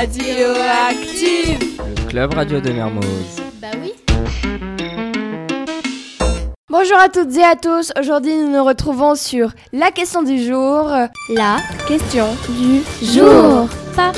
Radioactive, le club radio de Mermoz. Bah oui. Bonjour à toutes et à tous, aujourd'hui nous nous retrouvons sur la question du jour. La question du jour. Pa.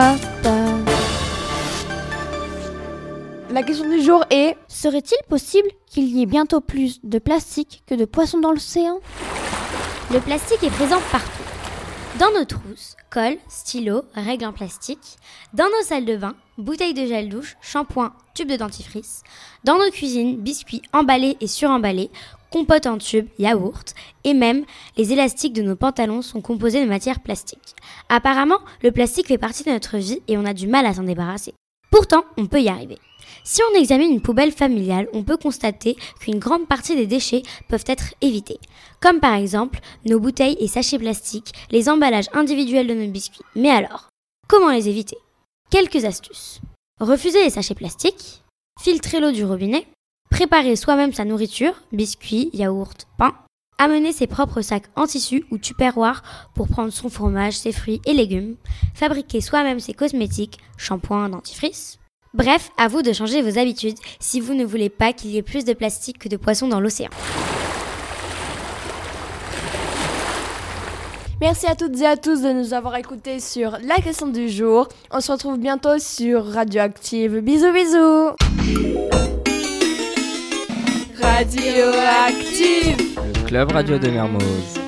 La question du jour est: Serait-il possible qu'il y ait bientôt plus de plastique que de poissons dans l'océan ? Le plastique est présent partout. Dans nos trousses, colle, stylos, règles en plastique. Dans nos salles de bain, bouteilles de gel douche, shampoing, tubes de dentifrice. Dans nos cuisines, biscuits emballés et suremballés, compotes en tubes, yaourts. Et même, les élastiques de nos pantalons sont composés de matière plastique. Apparemment, le plastique fait partie de notre vie et on a du mal à s'en débarrasser. Pourtant, on peut y arriver. Si on examine une poubelle familiale, on peut constater qu'une grande partie des déchets peuvent être évités. Comme par exemple nos bouteilles et sachets plastiques, les emballages individuels de nos biscuits. Mais alors, comment les éviter ? Quelques astuces. Refuser les sachets plastiques, filtrer l'eau du robinet, préparer soi-même sa nourriture, biscuits, yaourts, pain, amener ses propres sacs en tissu ou tupperware pour prendre son fromage, ses fruits et légumes, fabriquer soi-même ses cosmétiques, shampoing, dentifrice. Bref, à vous de changer vos habitudes si vous ne voulez pas qu'il y ait plus de plastique que de poissons dans l'océan. Merci à toutes et à tous de nous avoir écoutés sur la question du jour. On se retrouve bientôt sur Radioactive. Bisous bisous. Radioactive, Le club radio de Mermoz.